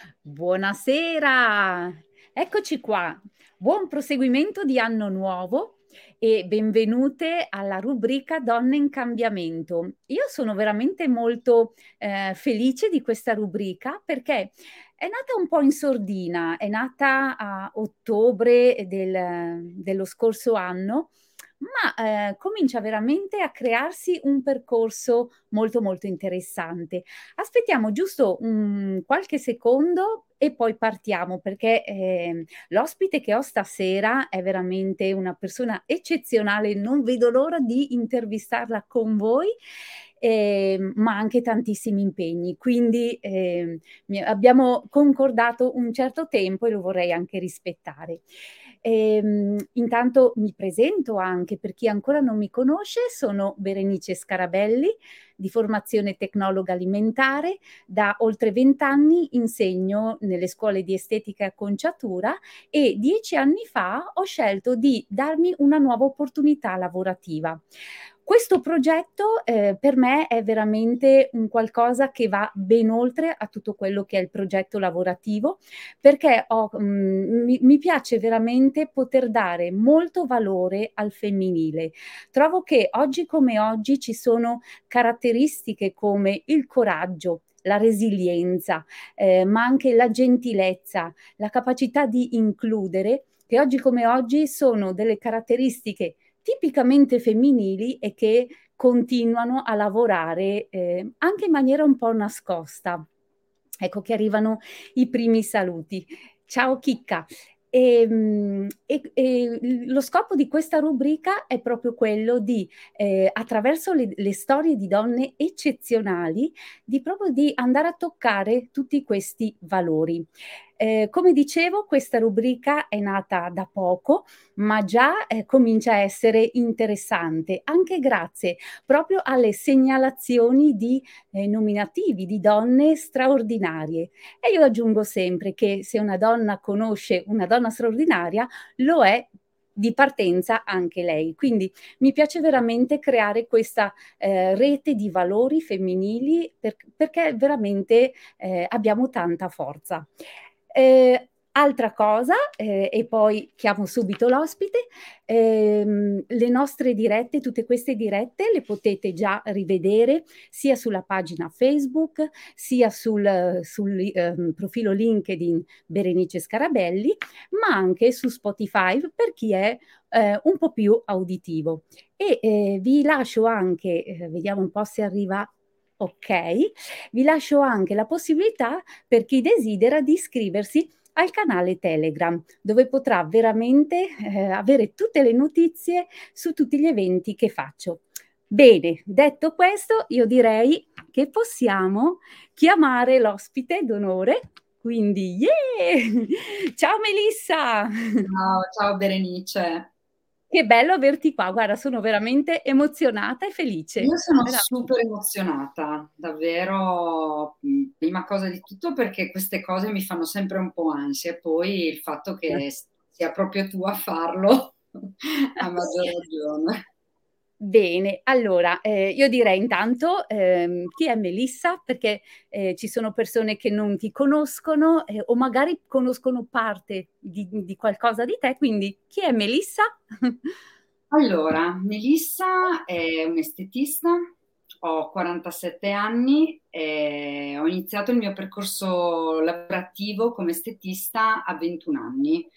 Buonasera, eccoci qua. Buon proseguimento di anno nuovo e benvenute alla rubrica Donne in cambiamento. Io sono veramente molto felice di questa rubrica perché è nata un po' in sordina, è nata a ottobre dello scorso anno, ma comincia veramente a crearsi un percorso molto molto interessante. Aspettiamo giusto qualche secondo e poi partiamo perché l'ospite che ho stasera è veramente una persona eccezionale, non vedo l'ora di intervistarla con voi. Ma anche tantissimi impegni, quindi abbiamo concordato un certo tempo e lo vorrei anche rispettare. Intanto mi presento anche per chi ancora non mi conosce, sono Berenice Scarabelli, di formazione tecnologa alimentare. Da oltre 20 anni insegno nelle scuole di estetica e acconciatura e 10 anni fa ho scelto di darmi una nuova opportunità lavorativa. Questo progetto per me è veramente un qualcosa che va ben oltre a tutto quello che è il progetto lavorativo, perché mi piace veramente poter dare molto valore al femminile. Trovo che oggi come oggi ci sono caratteristiche come il coraggio, la resilienza, ma anche la gentilezza, la capacità di includere, che oggi come oggi sono delle caratteristiche tipicamente femminili e che continuano a lavorare anche in maniera un po' nascosta. Ecco che arrivano i primi saluti. Ciao Chicca. Lo scopo di questa rubrica è proprio quello di, attraverso le storie di donne eccezionali, di proprio di andare a toccare tutti questi valori. Come dicevo, questa rubrica è nata da poco, ma già comincia a essere interessante, anche grazie proprio alle segnalazioni di nominativi di donne straordinarie. E io aggiungo sempre che se una donna conosce una donna straordinaria, lo è di partenza anche lei. Quindi mi piace veramente creare questa rete di valori femminili perché veramente abbiamo tanta forza. Altra cosa, e poi chiamo subito l'ospite, le nostre dirette, tutte queste dirette le potete già rivedere sia sulla pagina Facebook, sia sul profilo LinkedIn Berenice Scarabelli, ma anche su Spotify per chi è un po' più auditivo. E vi lascio anche, vediamo un po' se arriva. Ok, vi lascio anche la possibilità per chi desidera di iscriversi al canale Telegram, dove potrà veramente avere tutte le notizie su tutti gli eventi che faccio. Bene, detto questo, io direi che possiamo chiamare l'ospite d'onore. Quindi, yeah! Ciao Melissa! Ciao, ciao Berenice. Che bello averti qua. Guarda, sono veramente emozionata e Io felice. sono Veramente. super emozionata, davvero, prima cosa di tutto perché queste cose mi fanno sempre un po' ansia e poi il fatto che sia proprio tu a farlo, a maggior ragione. Bene, allora io direi intanto chi è Melissa? Perché ci sono persone che non ti conoscono o magari conoscono parte di qualcosa di te, quindi chi è Melissa? Allora, Melissa è un'estetista, ho 47 anni e ho iniziato il mio percorso lavorativo come estetista a 21 anni.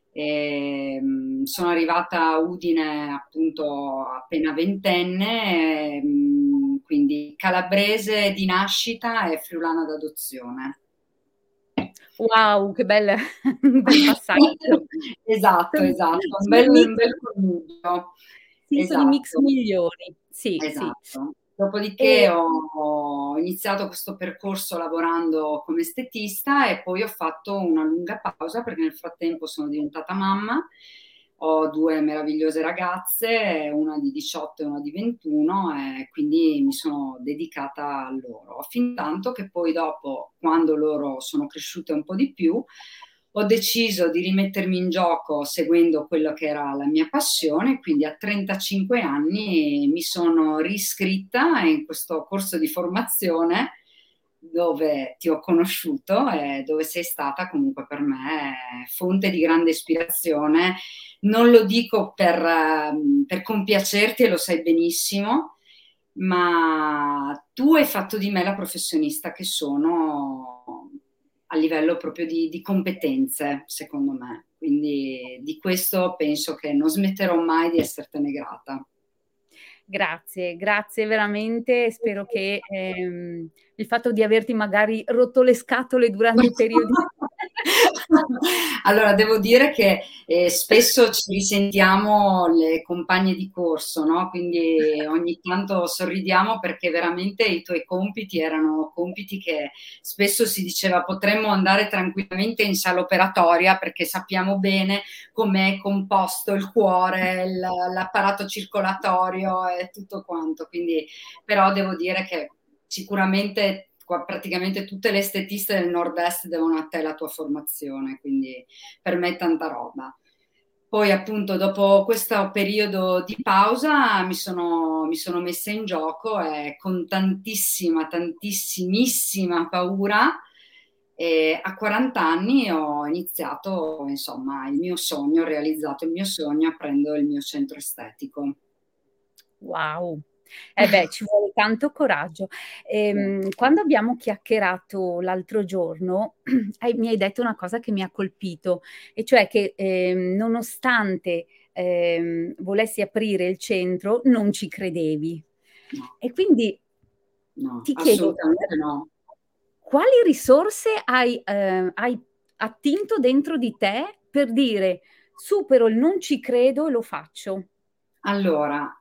Sono arrivata a Udine appunto appena ventenne, quindi calabrese di nascita e friulana d'adozione. Wow, che bel, un bel passaggio. Esatto, Sono, esatto, sono i un mix, bel connubio. sì, sono i mix Esatto. migliori. Sì, sì. Esatto. Dopodiché E, ho iniziato questo percorso lavorando come estetista e poi ho fatto una lunga pausa perché nel frattempo sono diventata mamma. Ho due meravigliose ragazze, una di 18 e una di 21, e quindi mi sono dedicata a loro. Fin tanto che poi dopo, quando loro sono cresciute un po' di più, ho deciso di rimettermi in gioco seguendo quello che era la mia passione, quindi a 35 anni mi sono riscritta in questo corso di formazione dove ti ho conosciuto e dove sei stata comunque per me fonte di grande ispirazione. Non lo dico per compiacerti, e lo sai benissimo, ma tu hai fatto di me la professionista che sono a livello proprio di competenze, secondo me. Quindi di questo penso che non smetterò mai di essertene grata. Grazie, grazie veramente. Spero che il fatto di averti magari rotto le scatole durante i periodi. Allora, devo dire che spesso ci risentiamo le compagne di corso, no? Quindi ogni tanto sorridiamo perché veramente i tuoi compiti erano compiti che spesso si diceva potremmo andare tranquillamente in sala operatoria perché sappiamo bene com'è composto il cuore, l'apparato circolatorio e tutto quanto. Quindi, però devo dire che sicuramente praticamente tutte le estetiste del nord-est devono a te la tua formazione, quindi per me è tanta roba. Poi appunto dopo questo periodo di pausa mi sono messa in gioco e con tantissima, tantissimissima paura a 40 anni ho iniziato insomma il mio sogno, ho realizzato il mio sogno aprendo il mio centro estetico. Wow. Eh beh, ci vuole tanto coraggio. Quando abbiamo chiacchierato l'altro giorno, mi hai detto una cosa che mi ha colpito, e cioè che nonostante volessi aprire il centro, non ci credevi. No, E quindi no, ti chiedo, assolutamente no. quali risorse hai attinto dentro di te per dire supero il non ci credo e lo faccio? Allora,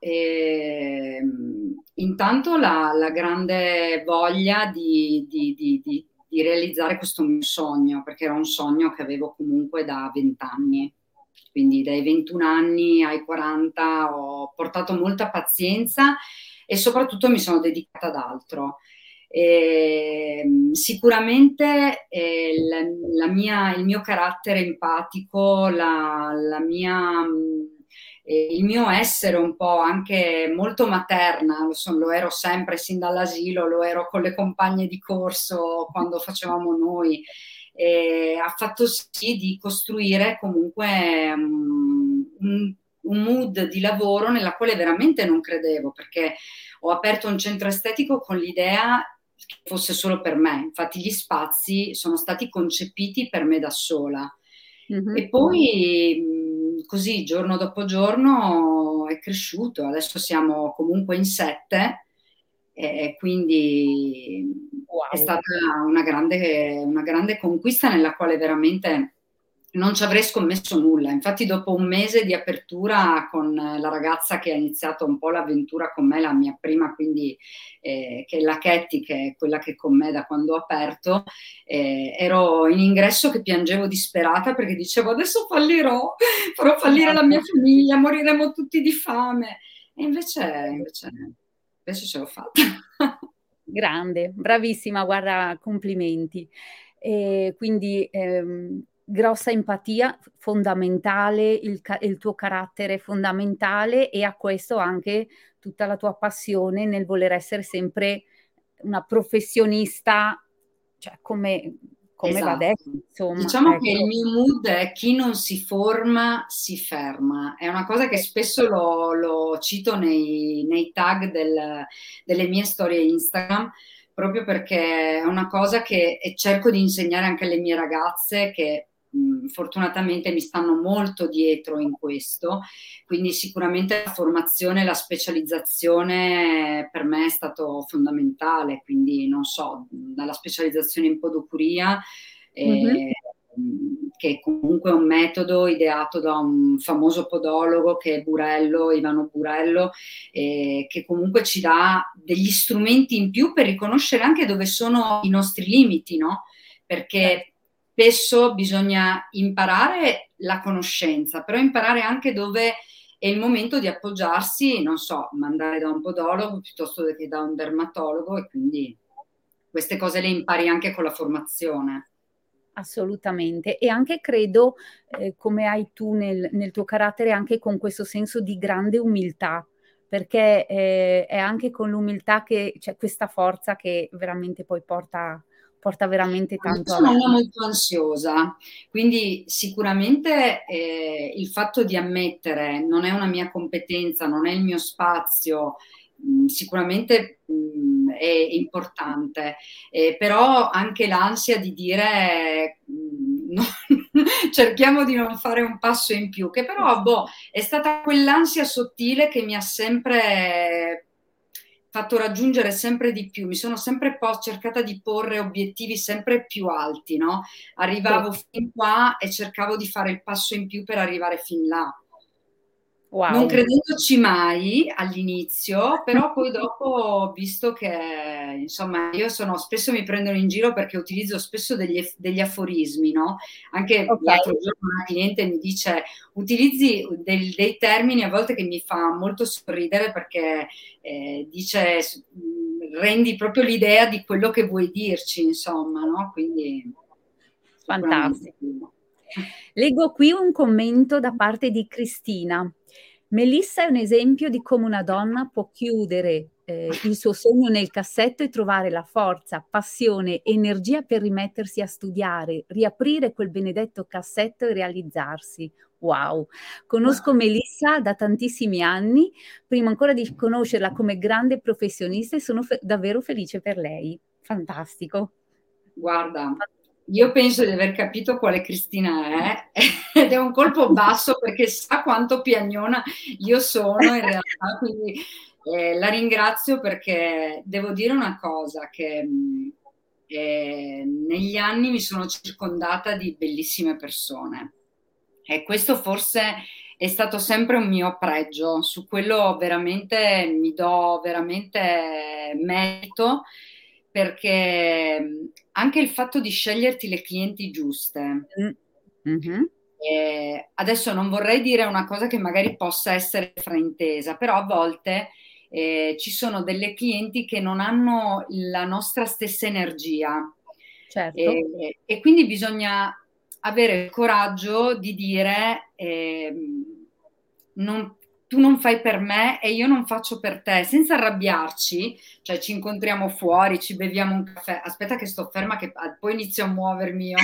intanto la grande voglia di realizzare questo mio sogno, perché era un sogno che avevo comunque da 20 anni. Quindi dai 21 anni ai 40 ho portato molta pazienza e soprattutto mi sono dedicata ad altro. Sicuramente il mio carattere empatico, la mia il mio essere un po' anche molto materna, lo ero sempre sin dall'asilo, lo ero con le compagne di corso quando facevamo noi, ha fatto sì di costruire comunque un mood di lavoro nella quale veramente non credevo, perché ho aperto un centro estetico con l'idea che fosse solo per me, infatti gli spazi sono stati concepiti per me da sola. Mhm. E poi così giorno dopo giorno è cresciuto, adesso siamo comunque in 7 e quindi è Wow. stata una grande conquista nella quale veramente non ci avrei scommesso nulla. Infatti dopo un mese di apertura con la ragazza che ha iniziato un po' l'avventura con me, la mia prima, quindi che è la Ketty, che è quella che è con me da quando ho aperto, ero in ingresso che piangevo disperata perché dicevo adesso fallirò, farò fallire la mia famiglia, moriremo tutti di fame. E invece ce l'ho fatta. Grande, bravissima, guarda, complimenti. Quindi grossa empatia, fondamentale, il tuo carattere fondamentale e a questo anche tutta la tua passione nel voler essere sempre una professionista, cioè come va Esatto. detto, insomma, Diciamo che il ecco. mio mood è chi non si forma si ferma. È una cosa che spesso lo cito nei tag delle mie storie Instagram, proprio perché è una cosa che cerco di insegnare anche alle mie ragazze che fortunatamente mi stanno molto dietro in questo. Quindi sicuramente la formazione, la specializzazione per me è stato fondamentale, quindi non so, dalla specializzazione in podocuria, Mhm. eh, che comunque è un metodo ideato da un famoso podologo che è Burello, Ivano Burello, che comunque ci dà degli strumenti in più per riconoscere anche dove sono i nostri limiti, no? Certo. Perché spesso bisogna imparare la conoscenza, però imparare anche dove è il momento di appoggiarsi, non so, mandare da un podologo piuttosto che da un dermatologo e quindi queste cose le impari anche con la formazione. Assolutamente. E anche credo, come hai tu nel tuo carattere, anche con questo senso di grande umiltà, perché è anche con l'umiltà che c'è questa forza che veramente poi porta veramente Io tanto sono una avanti. molto ansiosa, quindi sicuramente il fatto di ammettere non è una mia competenza, non è il mio spazio, sicuramente è importante. Però anche l'ansia di dire cerchiamo di non fare un passo in più, che però boh, è stata quell'ansia sottile che mi ha sempre fatto raggiungere sempre di più, mi sono sempre cercata di porre obiettivi sempre più alti, no? Sì. Arrivavo fin qua e cercavo di fare il passo in più per arrivare fin là. Non Wow. credendoci mai all'inizio, però poi dopo ho visto che, insomma, spesso mi prendono in giro perché utilizzo spesso degli aforismi, no? Anche Ok. l'altro giorno una cliente mi dice, utilizzi dei termini a volte che mi fa molto sorridere perché dice, rendi proprio l'idea di quello che vuoi dirci, insomma, no? Quindi sicuramente. Fantastico. Leggo qui un commento da parte di Cristina. Melissa è un esempio di come una donna può chiudere il suo sogno nel cassetto e trovare la forza, passione, energia per rimettersi a studiare, riaprire quel benedetto cassetto e realizzarsi. Wow, conosco Melissa da tantissimi anni, prima ancora di conoscerla come grande professionista e sono davvero felice per lei. Fantastico. Guarda, io penso di aver capito quale Cristina è ed è un colpo basso perché sa quanto piagnona io sono in realtà, quindi la ringrazio perché devo dire una cosa, che negli anni mi sono circondata di bellissime persone e questo forse è stato sempre un mio pregio, su quello veramente mi do veramente merito perché anche il fatto di sceglierti le clienti giuste. Mm. Mhm. Adesso non vorrei dire una cosa che magari possa essere fraintesa, però a volte ci sono delle clienti che non hanno la nostra stessa energia Certo. e quindi bisogna avere il coraggio di dire non- tu non fai per me e io non faccio per te, senza arrabbiarci, cioè ci incontriamo fuori, ci beviamo un caffè, aspetta che sto ferma che poi inizio a muovermi io.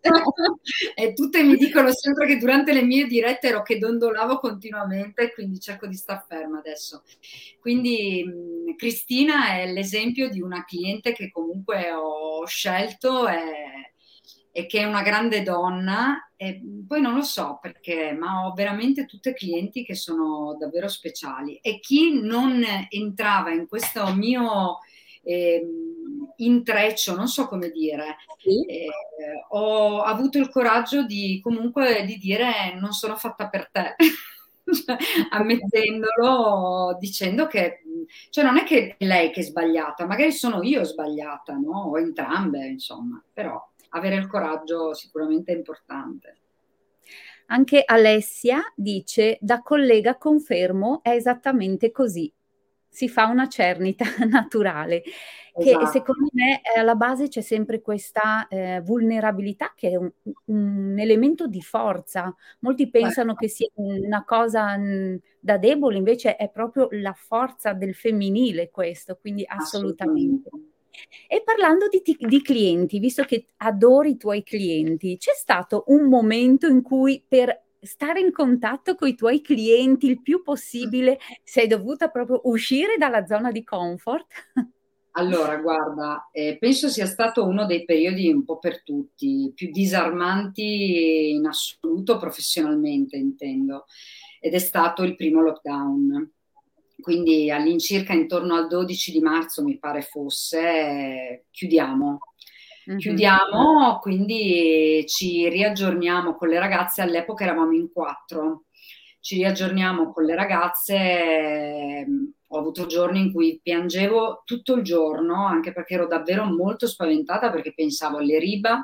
E tutte mi dicono sempre che durante le mie dirette ero che dondolavo continuamente, quindi cerco di star ferma adesso. Quindi Cristina è l'esempio di una cliente che comunque ho scelto e che è una grande donna e poi non lo so perché, ma ho veramente tutte clienti che sono davvero speciali e chi non entrava in questo mio intreccio, non so come dire, Sì. eh, ho avuto il coraggio di comunque di dire non sono fatta per te. Cioè, ammettendolo, dicendo che cioè non è che è lei che è sbagliata, magari sono io sbagliata, no? O entrambe, insomma, però avere il coraggio sicuramente è importante. Anche Alessia dice, da collega confermo, è esattamente così. Si fa una cernita naturale, che Esatto, secondo me alla base c'è sempre questa vulnerabilità che è un elemento di forza. Molti pensano certo, che sia una cosa da debole, invece è proprio la forza del femminile questo, quindi assolutamente. assolutamente. E parlando di clienti, visto che adori i tuoi clienti, c'è stato un momento in cui per stare in contatto con i tuoi clienti il più possibile sei dovuta proprio uscire dalla zona di comfort? Allora, guarda, penso sia stato uno dei periodi un po' per tutti, più disarmanti in assoluto professionalmente, intendo, ed è stato il primo lockdown. Quindi all'incirca intorno al 12 di marzo, mi pare fosse, chiudiamo. Mhm. Chiudiamo, quindi ci riaggiorniamo con le ragazze, all'epoca eravamo in quattro, ci riaggiorniamo con le ragazze, ho avuto giorni in cui piangevo tutto il giorno, anche perché ero davvero molto spaventata perché pensavo alle riba,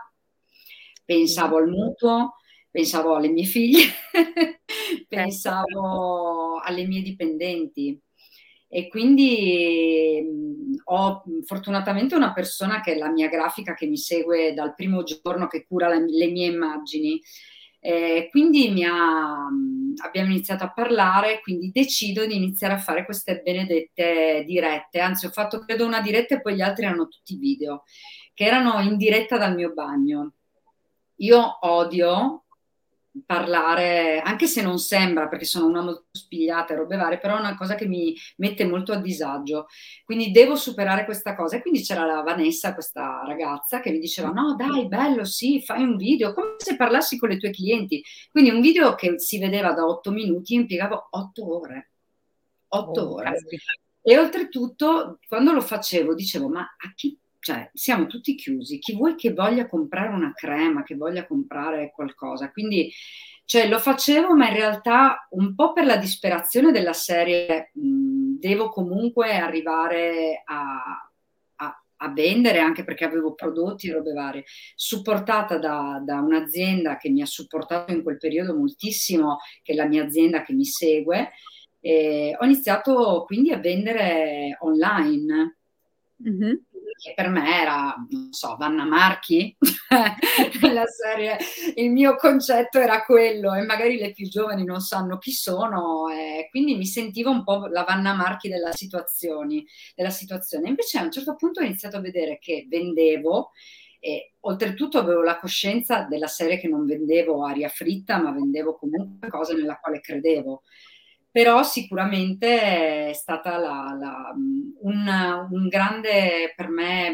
Sì, pensavo al mutuo, pensavo alle mie figlie, certo. pensavo alle mie dipendenti. E quindi ho fortunatamente una persona che è la mia grafica che mi segue dal primo giorno, che cura le mie immagini. Quindi abbiamo iniziato a parlare, quindi decido di iniziare a fare queste benedette dirette, anzi ho fatto credo una diretta e poi gli altri erano tutti video, che erano in diretta dal mio bagno. Io odio parlare, anche se non sembra, perché sono una molto spigliata e robe varie, però è una cosa che mi mette molto a disagio. Quindi devo superare questa cosa. E quindi c'era la Vanessa, questa ragazza, che mi diceva: no, dai, bello, sì, fai un video, come se parlassi con le tue clienti. Quindi un video che si vedeva da 8 minuti, impiegavo 8 ore. 8 ore. Caspita. E oltretutto, quando lo facevo, dicevo: ma a chi, cioè, siamo tutti chiusi, chi vuoi che voglia comprare una crema, che voglia comprare qualcosa? Quindi, cioè, lo facevo, ma in realtà un po' per la disperazione della serie, devo comunque arrivare a vendere, anche perché avevo prodotti e robe varie, supportata da un'azienda che mi ha supportato in quel periodo moltissimo, che è la mia azienda che mi segue. E ho iniziato quindi a vendere online, Mhm. che per me era, non so, Vanna Marchi, la serie, il mio concetto era quello e magari le più giovani non sanno chi sono, e quindi mi sentivo un po' la Vanna Marchi della situazione. Invece a un certo punto ho iniziato a vedere che vendevo e oltretutto avevo la coscienza della serie che non vendevo aria fritta, ma vendevo comunque cose nella quale credevo. Però sicuramente è stata un grande per me,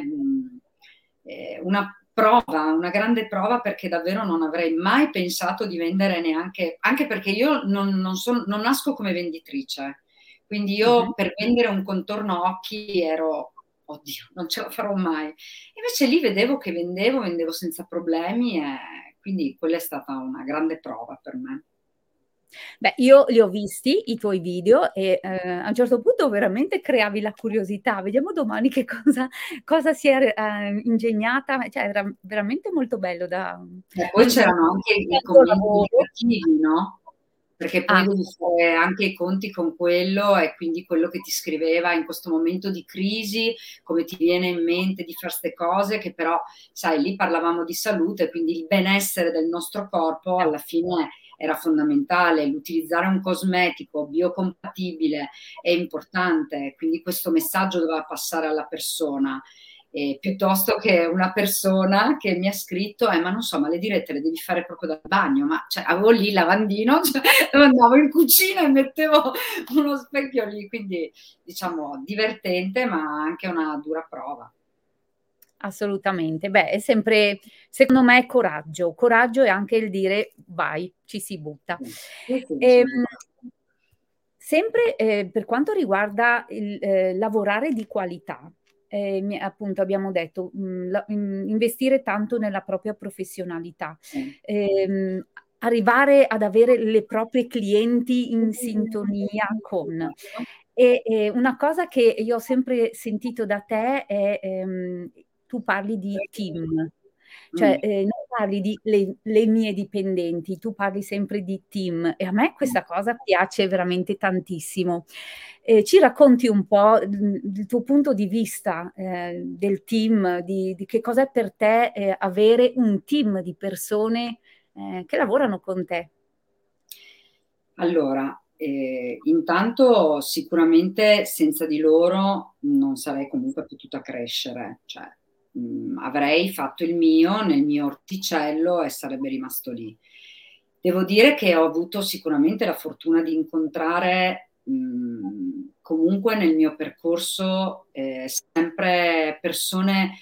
una prova, una grande prova, perché davvero non avrei mai pensato di vendere neanche, anche perché io non nasco come venditrice, quindi Mhm. io per vendere un contorno occhi ero, oddio, non ce la farò mai. Invece lì vedevo che vendevo senza problemi e quindi quella è stata una grande prova per me. Beh, io li ho visti i tuoi video e a un certo punto veramente creavi la curiosità. Vediamo domani che cosa si è ingegnata, cioè era veramente molto bello E poi non c'erano anche i tanto commenti lavoro. negativi, no? Perché poi Ah, devi fare anche i conti con quello e quindi quello che ti scriveva in questo momento di crisi, come ti viene in mente di fare queste cose, che però, sai, lì parlavamo di salute, quindi il benessere del nostro corpo alla fine era fondamentale. L'utilizzare un cosmetico biocompatibile è importante, quindi questo messaggio doveva passare alla persona, piuttosto che una persona che mi ha scritto, ma non so, ma le dirette le devi fare proprio dal bagno, ma cioè, avevo lì il lavandino, cioè, andavo in cucina e mettevo uno specchio lì, quindi diciamo divertente, ma anche una dura prova. assolutamente. Beh, è sempre, secondo me, coraggio. Coraggio è anche il dire vai, ci si butta. Sì, sì, sì, Ehm, assolutamente. sempre per quanto riguarda il lavorare di qualità, appunto abbiamo detto, investire tanto nella propria professionalità, Sì. arrivare ad avere le proprie clienti in sintonia con. E una cosa che io ho sempre sentito da te è, tu parli di team, cioè Mm. non parli di le mie dipendenti, tu parli sempre di team e a me questa cosa piace veramente tantissimo. Ci racconti un po' il tuo punto di vista del team, di che cos'è per te avere un team di persone che lavorano con te? Allora, intanto sicuramente senza di loro non sarei comunque potuta crescere, cioè avrei fatto il mio nel mio orticello e sarebbe rimasto lì. Devo dire che ho avuto sicuramente la fortuna di incontrare comunque nel mio percorso sempre persone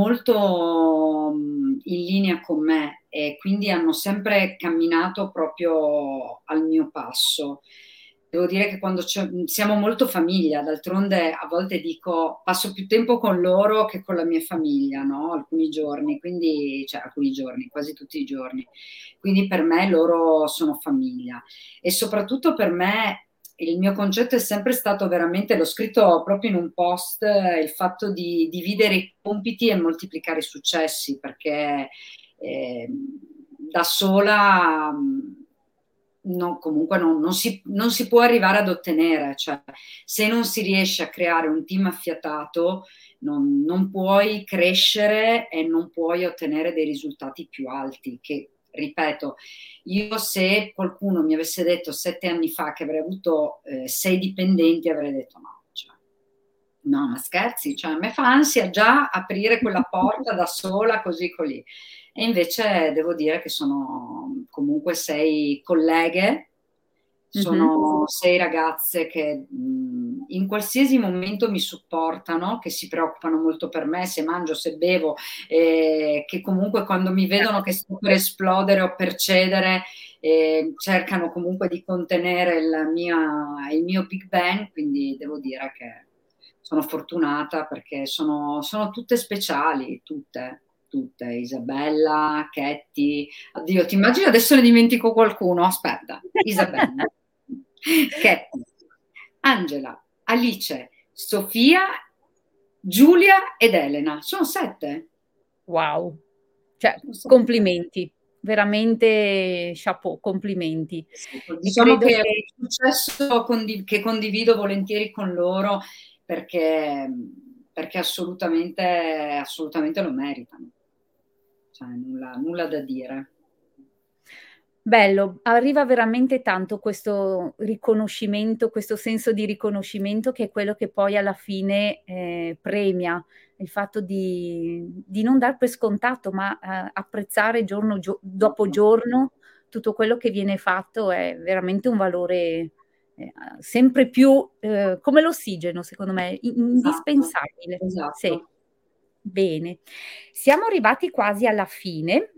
molto in linea con me e quindi hanno sempre camminato proprio al mio passo. Devo dire che quando siamo molto famiglia, d'altronde a volte dico passo più tempo con loro che con la mia famiglia, no? Alcuni giorni, quindi, cioè alcuni giorni, quasi tutti i giorni. Quindi per me loro sono famiglia e soprattutto per me il mio concetto è sempre stato veramente, l'ho scritto proprio in un post, il fatto di dividere i compiti e moltiplicare i successi, perché eh, da sola comunque non si può arrivare ad ottenere, cioè se non si riesce a creare un team affiatato non puoi crescere e non puoi ottenere dei risultati più alti, che ripeto, io se qualcuno mi avesse detto 7 anni fa che avrei avuto 6 dipendenti, avrei detto no, cioè, no, ma scherzi, cioè, a me fa ansia già aprire quella porta da sola, così così. E invece devo dire che sono comunque 6 colleghe, Mhm. sono 6 ragazze che in qualsiasi momento mi supportano, che si preoccupano molto per me, se mangio, se bevo, che comunque quando mi vedono che sto per esplodere o per cedere, cercano comunque di contenere il mio Big Bang, quindi devo dire che sono fortunata perché sono tutte speciali, tutte, Isabella, Ketty, oddio, ti immagini adesso ne dimentico qualcuno? Aspetta, Isabella, Ketty, Angela, Alice, Sofia, Giulia ed Elena, sono 7. Wow, cioè Sono 7. complimenti, veramente chapeau, complimenti. Sì, E diciamo credo che è che un successo che condivido volentieri con loro perché, perché assolutamente lo meritano, cioè nulla da dire. bello, arriva veramente tanto questo riconoscimento, questo senso di riconoscimento che è quello che poi alla fine premia il fatto di non dar per scontato, ma apprezzare dopo giorno tutto quello che viene fatto è veramente un valore sempre più come l'ossigeno, secondo me, Esatto, indispensabile. Sì. esatto. Bene, siamo arrivati quasi alla fine.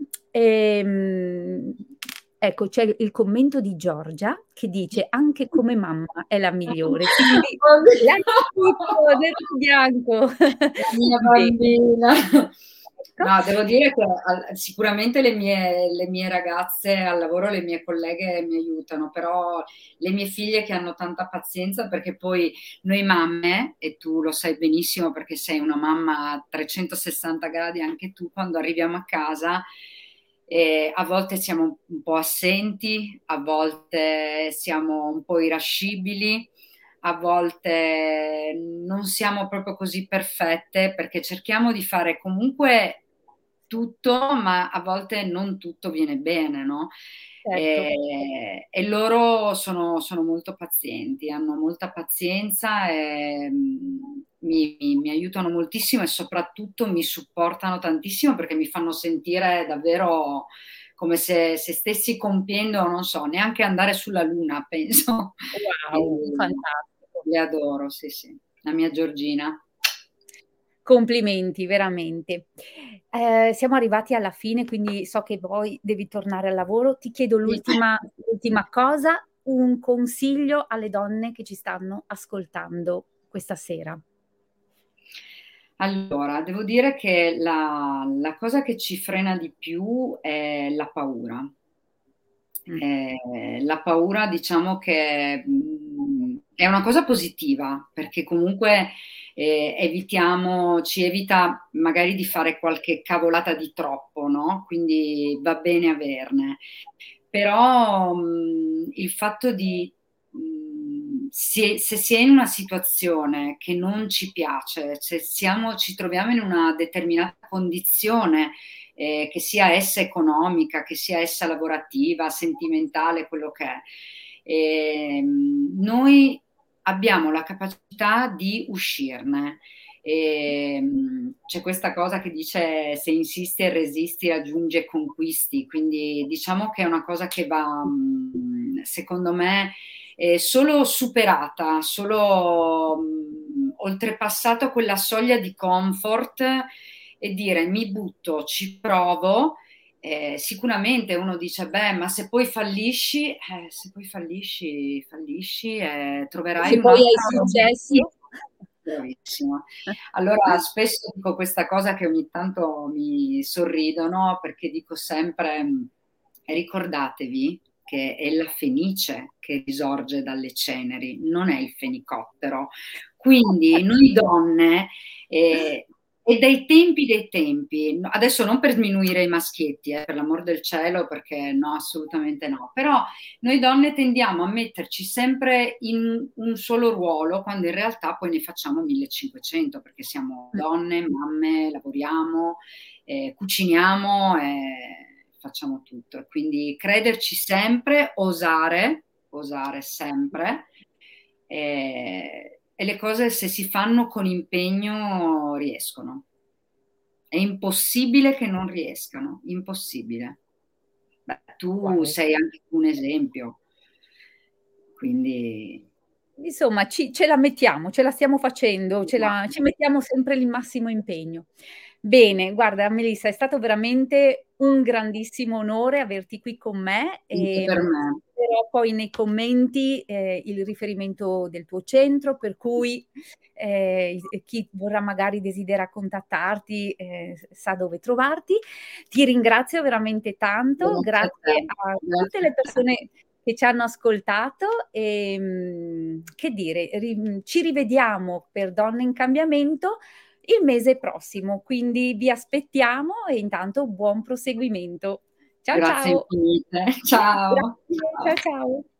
Ehm, ecco, c'è il commento di Giorgia che dice anche come mamma è la migliore, quindi l'hai scritto nero su bianco. La mia Bene, bambina. ecco. No, devo dire che sicuramente le mie ragazze al lavoro, le mie colleghe mi aiutano, però le mie figlie che hanno tanta pazienza, perché poi noi mamme, e tu lo sai benissimo perché sei una mamma a 360 gradi anche tu, quando arriviamo a casa, a volte siamo un po' assenti, a volte siamo un po' irascibili, a volte non siamo proprio così perfette perché cerchiamo di fare comunque tutto, ma a volte non tutto viene bene, no? Certo. E loro sono molto pazienti, hanno molta pazienza e mi aiutano moltissimo e soprattutto mi supportano tantissimo perché mi fanno sentire davvero come se stessi compiendo, non so, neanche andare sulla luna, penso. E Wow, fantastico. le adoro, sì, sì. La mia Giorgina. Complimenti, veramente. Siamo arrivati alla fine, quindi so che poi devi tornare al lavoro. Ti chiedo Sì. l'ultima cosa, un consiglio alle donne che ci stanno ascoltando questa sera. Allora, devo dire che la cosa che ci frena di più è la paura. Mm. La paura, diciamo che è una cosa positiva, perché comunque ci evita magari di fare qualche cavolata di troppo, no? Quindi va bene averne. Però il fatto se si è in una situazione che non ci piace, se ci troviamo in una determinata condizione, che sia essa economica, che sia essa lavorativa, sentimentale, quello che è, noi abbiamo la capacità di uscirne. C'è questa cosa che dice se insisti e resisti raggiungi e conquisti, quindi diciamo che è una cosa che va, secondo me, solo superata, solo oltrepassato quella soglia di comfort e dire mi butto, ci provo. Sicuramente uno dice, beh, ma se poi fallisci, fallisci e troverai Se poi hai un'altra successo. bravissima. Allora, spesso dico questa cosa che ogni tanto mi sorridono perché dico sempre, ricordatevi che è la fenice che risorge dalle ceneri, non è il fenicottero. Quindi noi donne, e dai tempi, adesso non per sminuire i maschietti, per l'amor del cielo, perché no, assolutamente no, però noi donne tendiamo a metterci sempre in un solo ruolo, quando in realtà poi ne facciamo 1500, perché siamo donne, mamme, lavoriamo, cuciniamo, facciamo tutto. E quindi crederci sempre, osare sempre, e le cose se si fanno con impegno riescono. È impossibile che non riescano, impossibile. Beh, tu Guarda. sei anche un esempio, quindi Insomma, ce la mettiamo, ce la stiamo facendo, ci esatto. mettiamo sempre il massimo impegno. Bene, guarda Melissa, è stato veramente un grandissimo onore averti qui con me Anche e per me. metterò poi nei commenti il riferimento del tuo centro, per cui chi vorrà magari desidera contattarti sa dove trovarti. Ti ringrazio veramente tanto, Grazie a te, grazie a tutte grazie le a te. persone che ci hanno ascoltato e che dire, ci rivediamo per Donne in Cambiamento il mese prossimo, quindi vi aspettiamo e intanto buon proseguimento. Ciao Grazie ciao. infinite. Ciao. Grazie, ciao Ciao. ciao.